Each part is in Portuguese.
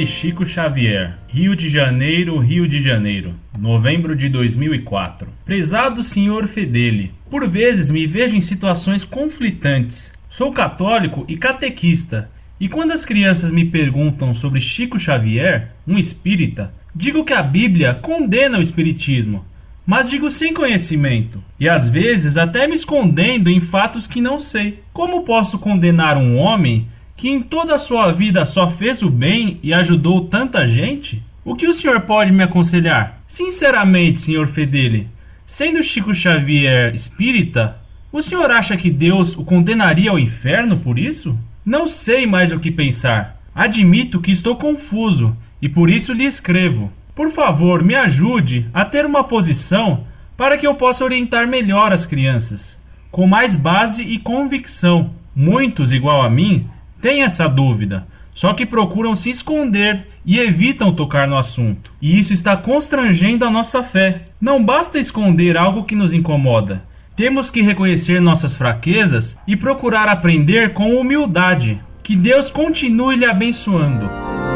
Chico Xavier, Rio de Janeiro, Rio de Janeiro, novembro de 2004. Prezado Sr. Fedeli, por vezes me vejo em situações conflitantes. Sou católico e catequista, e quando as crianças me perguntam sobre Chico Xavier, um espírita, digo que a Bíblia condena o espiritismo, mas digo sem conhecimento, e às vezes até me escondendo em fatos que não sei. Como posso condenar um homem que em toda a sua vida só fez o bem e ajudou tanta gente? O que o senhor pode me aconselhar? Sinceramente, Sr. Fedeli, sendo Chico Xavier espírita, o senhor acha que Deus o condenaria ao inferno por isso? Não sei mais o que pensar. Admito que estou confuso e por isso lhe escrevo. Por favor, me ajude a ter uma posição para que eu possa orientar melhor as crianças, com mais base e convicção. Muitos, igual a mim, têm essa dúvida, só que procuram se esconder e evitam tocar no assunto. E isso está constrangendo a nossa fé. Não basta esconder algo que nos incomoda. Temos que reconhecer nossas fraquezas e procurar aprender com humildade. Que Deus continue lhe abençoando.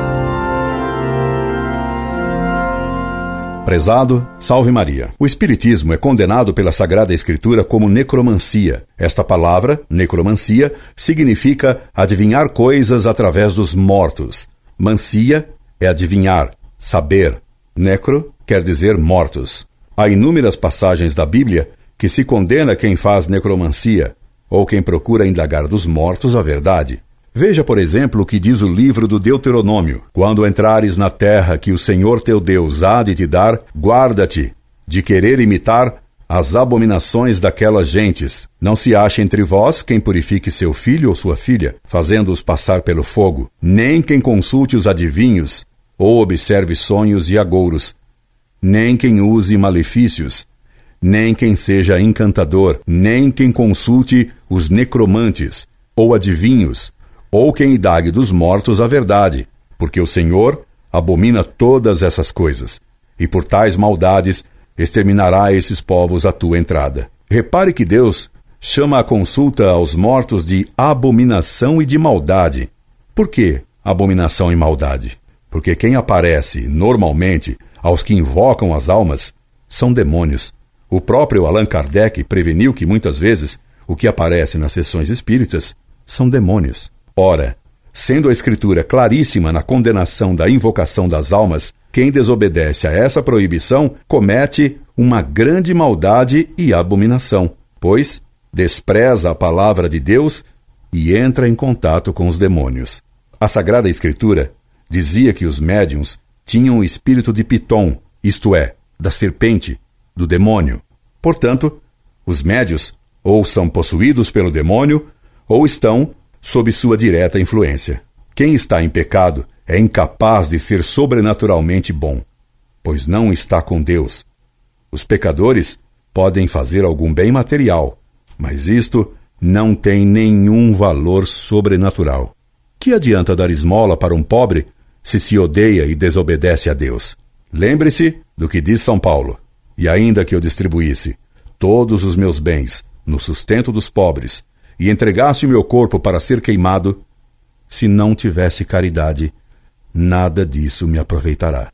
Prezado, salve Maria. O Espiritismo é condenado pela Sagrada Escritura como necromancia. Esta palavra, necromancia, significa adivinhar coisas através dos mortos. Mancia é adivinhar, saber. Necro quer dizer mortos. Há inúmeras passagens da Bíblia que se condena quem faz necromancia ou quem procura indagar dos mortos a verdade. Veja, por exemplo, o que diz o livro do Deuteronômio. Quando entrares na terra que o Senhor teu Deus há de te dar, guarda-te de querer imitar as abominações daquelas gentes. Não se ache entre vós quem purifique seu filho ou sua filha, fazendo-os passar pelo fogo, nem quem consulte os adivinhos, ou observe sonhos e agouros, nem quem use malefícios, nem quem seja encantador, nem quem consulte os necromantes, ou adivinhos, ou quem indague dos mortos a verdade, porque o Senhor abomina todas essas coisas, e por tais maldades exterminará esses povos à tua entrada. Repare que Deus chama a consulta aos mortos de abominação e de maldade. Por que abominação e maldade? Porque quem aparece, normalmente, aos que invocam as almas, são demônios. O próprio Allan Kardec preveniu que muitas vezes o que aparece nas sessões espíritas são demônios. Ora, sendo a Escritura claríssima na condenação da invocação das almas, quem desobedece a essa proibição comete uma grande maldade e abominação, pois despreza a palavra de Deus e entra em contato com os demônios. A Sagrada Escritura dizia que os médiuns tinham o espírito de Piton, isto é, da serpente, do demônio. Portanto, os médiuns ou são possuídos pelo demônio ou estão sob sua direta influência. Quem está em pecado é incapaz de ser sobrenaturalmente bom, pois não está com Deus. Os pecadores podem fazer algum bem material, mas isto não tem nenhum valor sobrenatural. Que adianta dar esmola para um pobre se odeia e desobedece a Deus? Lembre-se do que diz São Paulo: e ainda que eu distribuísse todos os meus bens no sustento dos pobres, e entregasse o meu corpo para ser queimado, se não tivesse caridade, nada disso me aproveitará.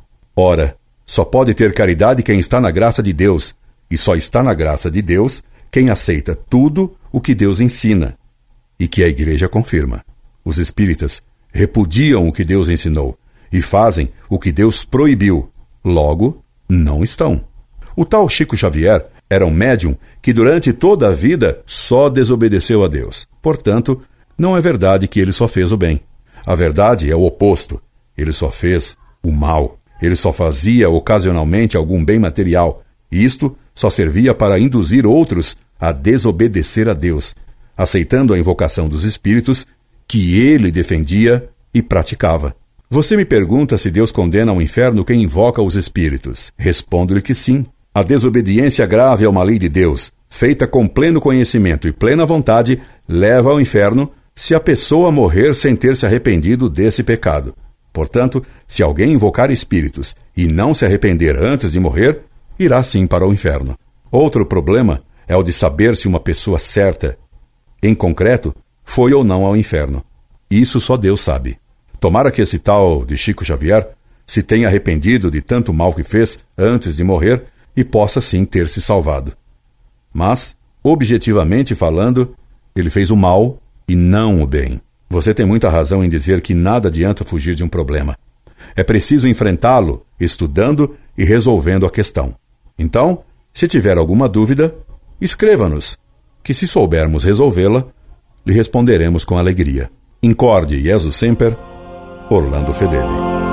Ora, só pode ter caridade quem está na graça de Deus, e só está na graça de Deus quem aceita tudo o que Deus ensina, e que a Igreja confirma. Os espíritas repudiam o que Deus ensinou, e fazem o que Deus proibiu, logo, não estão. O tal Chico Xavier era um médium que durante toda a vida só desobedeceu a Deus. Portanto, não é verdade que ele só fez o bem. A verdade é o oposto. Ele só fez o mal. Ele só fazia ocasionalmente algum bem material. E isto só servia para induzir outros a desobedecer a Deus, aceitando a invocação dos espíritos que ele defendia e praticava. Você me pergunta se Deus condena ao inferno quem invoca os espíritos. Respondo-lhe que sim. A desobediência grave a uma lei de Deus, feita com pleno conhecimento e plena vontade, leva ao inferno se a pessoa morrer sem ter se arrependido desse pecado. Portanto, se alguém invocar espíritos e não se arrepender antes de morrer, irá sim para o inferno. Outro problema é o de saber se uma pessoa certa, em concreto, foi ou não ao inferno. Isso só Deus sabe. Tomara que esse tal de Chico Xavier se tenha arrependido de tanto mal que fez antes de morrer e possa sim ter se salvado. Mas, objetivamente falando, ele fez o mal e não o bem. Você tem muita razão em dizer que nada adianta fugir de um problema. É preciso enfrentá-lo, estudando e resolvendo a questão. Então, se tiver alguma dúvida, escreva-nos, que se soubermos resolvê-la, lhe responderemos com alegria. Incorde Jesus Semper, Orlando Fedeli.